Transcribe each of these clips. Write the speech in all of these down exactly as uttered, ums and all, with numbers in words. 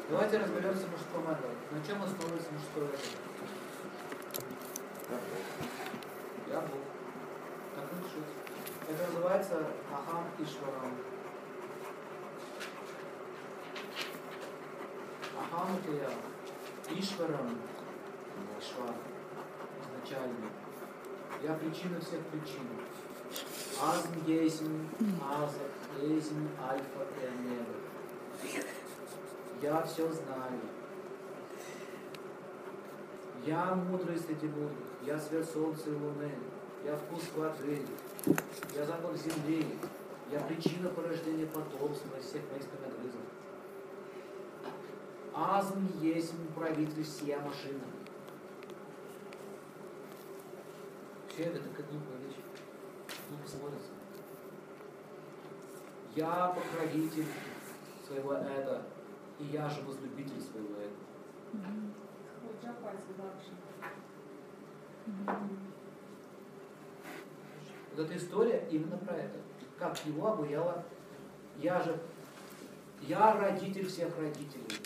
Давайте разберемся в мужском эго. На чем основывается мужское эго? Я Бог. Так и решить. Это называется Ахам Ишварам. Ахам это я. Ишварам. Ишвар. Изначально. Я причина всех причин. Азм, Есм, Аза, Есм, Альфа и Омега. Я все знаю. Я мудрый среди мудрых. Я свет солнца и луны. Я вкус воды. Я запах земли. Я причина порождения потомства из всех моих спиногрызов. Азм, Есм, правитель всея машина. Все это как глупая вещь. Ну, посмотрите. Я покровитель своего эго, и я же возлюбитель своего эго. Вот эта история именно про это. Как его обуяла. Я же, я родитель всех родителей.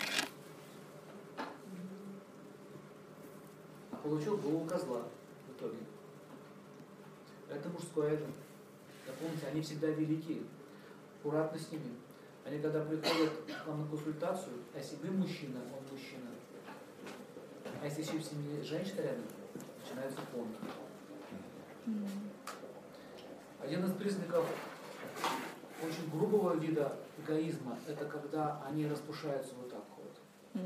А получил голову козла в итоге. Это мужское эго. Помните, они всегда велики. Аккуратно с ними. Они когда приходят к вам на консультацию, а если вы мужчина, он мужчина. А если еще в семье женщина рядом, начинается понт. Один из признаков очень грубого вида эгоизма – это когда они распушаются вот так вот.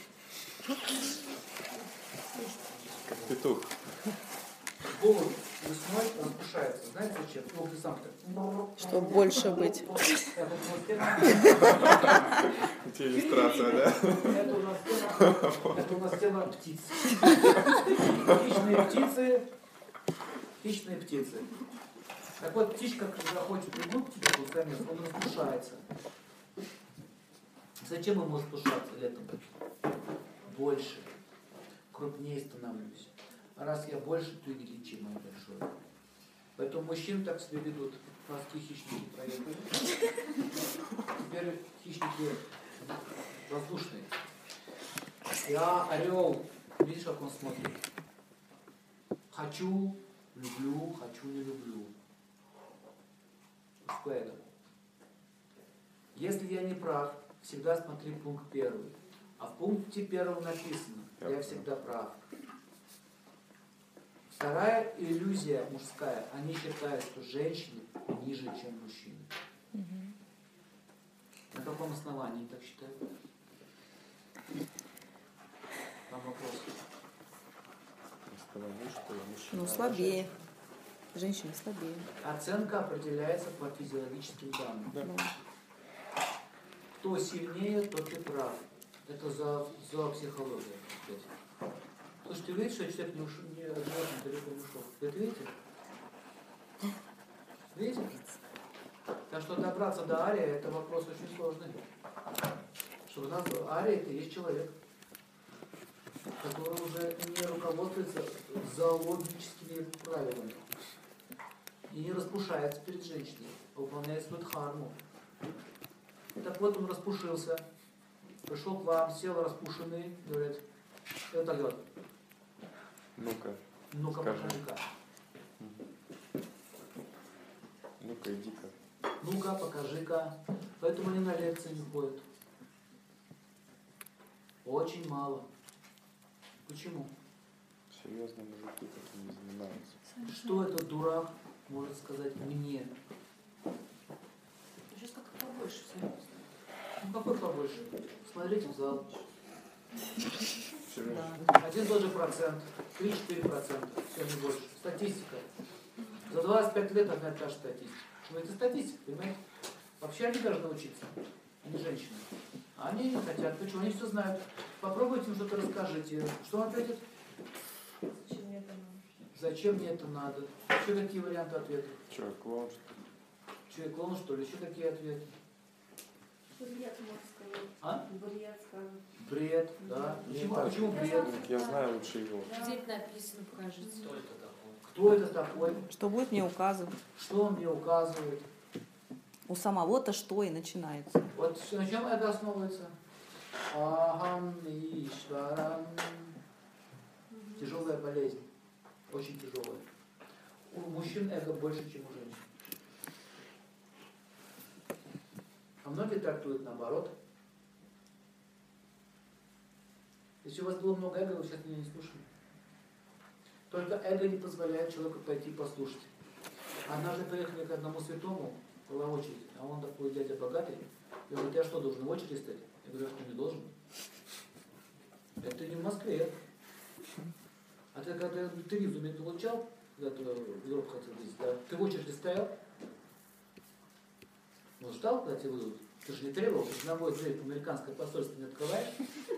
Как петух. Голубь весной распушается. Знаете зачем? Ну, ты сам так. Чтобы больше быть. Это иллюстрация, да? Это у нас тема, это у нас тема птиц. Хищные птицы. Хищные птицы. Так вот, птичка, когда хочет прыгнуть к тебе, пускай он распушается. Зачем он может распушаться летом? Больше. Крупнее становлюсь. А раз я больше, то и величие мое большое. Поэтому мужчин так себя ведут. Морские хищники проехали. Теперь хищники воздушные. Я орел. Видишь, как он смотрит? Хочу, люблю, хочу, не люблю. Мужское эго. Если я не прав, всегда смотри пункт первый. А в пункте первом написано, я всегда прав. Вторая иллюзия мужская, они считают, что женщины ниже, чем мужчины. Угу. На каком основании они так считают? Там вопрос. Ну, слабее. Женщины слабее. Оценка определяется по физиологическим данным. Да. Кто сильнее, тот и прав. Это за, за психологию. Слушайте, видите, что человек не ушел, не, животное далеко не ушел? Вы это видите? Видите? Так что добраться до ария, это вопрос очень сложный. Что у нас ария, это есть человек, который уже не руководствуется зоологическими правилами и не распушается перед женщиной, а выполняет свою дхарму. Так вот он распушился, пришел к вам, сел распушенный, говорит, и вот так делает. Ну-ка. Ну-ка, покажи-ка. Ну-ка, иди-ка. Ну-ка, покажи-ка. Поэтому они на лекции не ходят. Очень мало. Почему? Серьезные мужики таким не занимаются. Что этот дурак может сказать мне? Сейчас как-то побольше все. Ну какой побольше? Смотрите в зал. Да. Один тот же процент. три-четыре процента. Все, не больше. Статистика. За двадцать пять лет одна и та же статистика. Ну это статистика, понимаете? Вообще они должны учиться. Они женщины. А они не хотят. Почему? Они все знают. Попробуйте им что-то расскажите. Что он ответит? Зачем мне это надо? Зачем мне это надо? Еще какие варианты ответов? Че, клоун что ли? Че, клоун что ли? Еще какие ответы? Бред, можно сказать. А? Бред, скажем. Бред, да. Почему, так, почему бред? Я знаю лучше его. Здесь написано, покажите. Кто это такой? Кто это такой? Что будет мне указывать? Что он мне указывает? У самого-то что и начинается. Вот на чем это основывается? Ага. мужчин эго больше, чем у женщин. А многие трактуют наоборот. Если у вас было много эго, вы сейчас меня не слушали. Только эго не позволяет человеку пойти послушать. Однажды приехали к одному святому, была очередь, а он такой дядя богатый, и говорит, я что, должен в очередь стоять? Я говорю, а что, не должен? Это не в Москве. А ты когда ты визу не получал, когда ты в Европу хотел ездить, да, ты в очереди стоял? Ну, ждал, когда тебя выйдут? Ты же не требовал, ты же на мой дверь американское посольство не открываешь.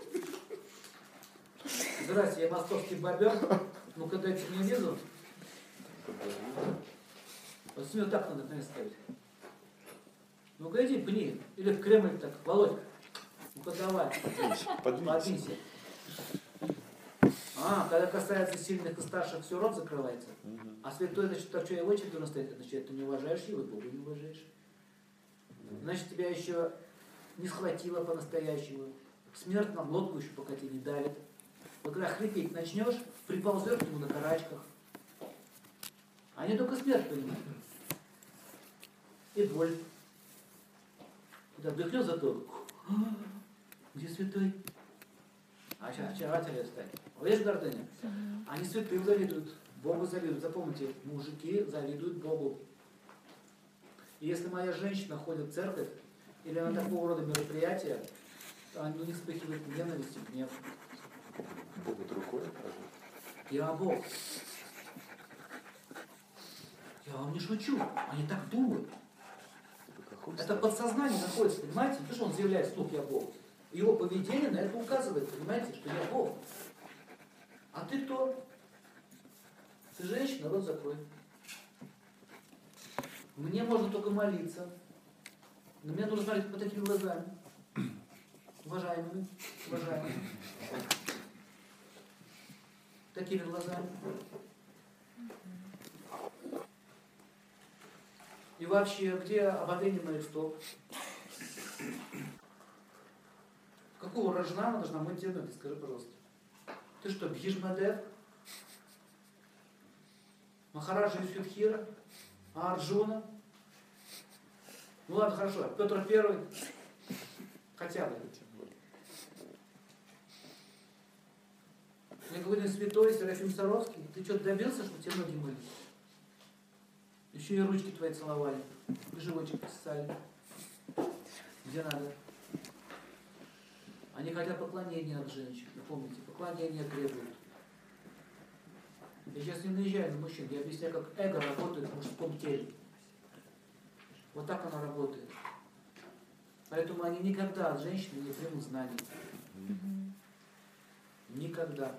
Здрасте, я московский бобер, ну-ка дайте мне визу. Вот смею так надо наконец ставить. Ну-ка иди, пни. Или в Кремль так, Володька. Ну-ка давай. Подвинься. А, когда касается сильных и старших, все, рот закрывается. Угу. А святой, значит, так что я в очередь должен стоять, значит, ты не уважаешь его, и Бога не уважаешь. Значит, тебя еще не схватило по-настоящему. Смерть на глотку еще пока тебе не давит. Вот когда хрипеть начнешь, приползешь к нему на карачках. Они только смерть понимают. И боль. Когда вдохнет затылок, где святой? А сейчас очарователя стать. Видишь, гордыня? Они святым завидуют, Богу завидуют. Запомните, мужики завидуют Богу. И если моя женщина ходит в церковь или на такого рода мероприятия, то у них вспыхивает ненависть и гнев. Богу рукой покажет. Я Бог. Я вам не шучу. Они так думают. Это подсознание находится, понимаете? Не то, что он заявляет вслух «я Бог». Его поведение на это указывает, понимаете, что я Бог. А ты кто? Ты женщина, рот закрой. Мне можно только молиться. Но мне нужно смотреть по такими глазами. Уважаемые, уважаемые. Такими глазами. И вообще, где ободрение моих стоп? Какого рожна она должна мыть тебе ноги? Скажи, пожалуйста. Ты что, Бхишмадев? Махараджа Юсюдхира? А Арджуна? Ну ладно, хорошо. Петр Первый? Хотя бы. Я говорю, святой Серафим Саровский, ты что, добился, что тебе ноги мыли? Еще и ручки твои целовали, и животик писали. Где надо? Они хотят поклонения от женщин. Вы помните, поклонения требуют. Я сейчас не наезжаю на мужчин, я объясняю, как эго работает в мужском теле. Вот так оно работает. Поэтому они никогда от женщины не примут знаний. Никогда.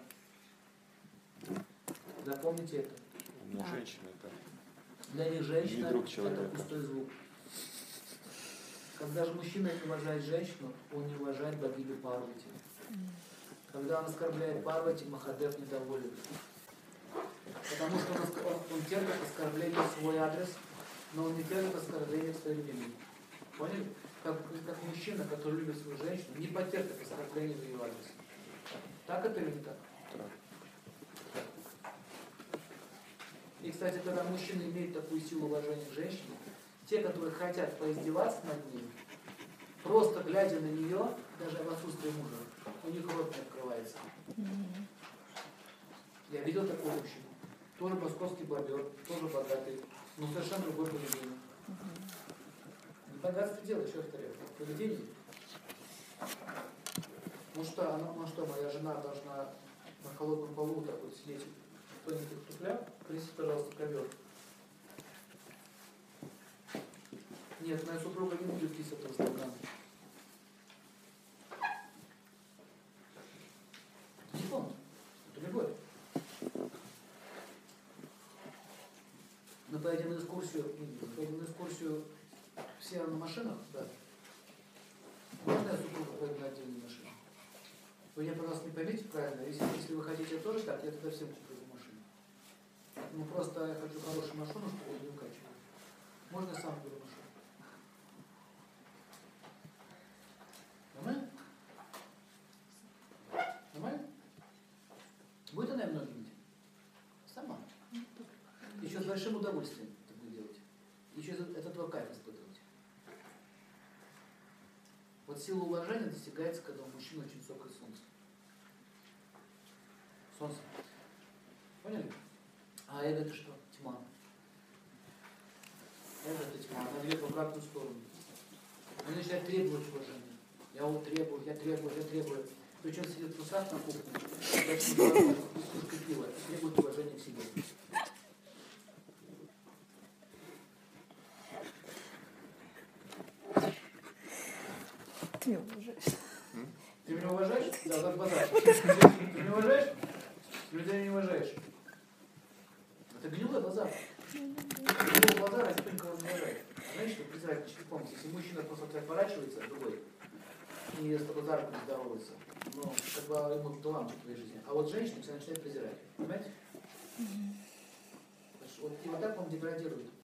Запомните это. Ну, женщина это. Для них женщина друг это человека. пустой звук. Когда же мужчина не уважает женщину, он не уважает богиню Парвати. Когда он оскорбляет Парвати, Махадев недоволен. Потому что он, он, он терпит оскорбление в свой адрес, но он не терпит оскорбление в своей любви. Поняли? Как, как мужчина, который любит свою женщину, не потерпит оскорбление в ее адрес. Так это или не так? И, кстати, когда мужчина имеет такую силу уважения к женщине, те, которые хотят поиздеваться над ним, просто глядя на нее, даже в отсутствие мужа, у них рот не открывается. Я видел такого мужчину. Тоже московский бобер, тоже богатый, но совершенно другой поведение. Не богатство дело, еще повторяю. Поведение. Ну что, она, ну что, моя жена должна на холодном полу так вот сидеть в тоненьких туфлях? Принеси, пожалуйста, ковер. Нет, моя супруга не будет пить с этого стакана. Не помню. Это любовь. Мы поедем на экскурсию, поедем на экскурсию все на машинах, да. Можно я супруга поеду на отдельную машину? Вы меня, пожалуйста, не поймите правильно. Если, если вы хотите тоже так, я тогда всем куплю машину. Ну просто я хочу хорошую машину, чтобы я не укачивал. Можно я сам куплю машину? Нормально? Нормально? Будет она ноги мыть? Сама. Еще с большим удовольствием. удовольствие это будет делать. Еще от этого кайф испытывать. Вот сила уважения достигается, когда у мужчины очень высокое солнце. Солнце. Поняли? А эго это что? Тьма. Эго это тьма. Она ведет в обратную сторону. Он начинает требовать уважения. Я вот требую, я требую, я требую. Причем сидит в трусах на кухне, кружкой пива, и требует уважения к себе. Ты меня уважаешь. Ты меня уважаешь? Да, как базар. Ты меня уважаешь? Ты людей не уважаешь. Это гнилой базар. Гнилой базар, а никто никого не уважает. Знаешь, что презирать не помните, если мужчина просто отворачивается, другой, и с тобой за руку не здоровается, ну, как бы ему талант в твоей жизни. А вот женщина все начинает презирать. Понимаете? Вот, и вот так он деградирует.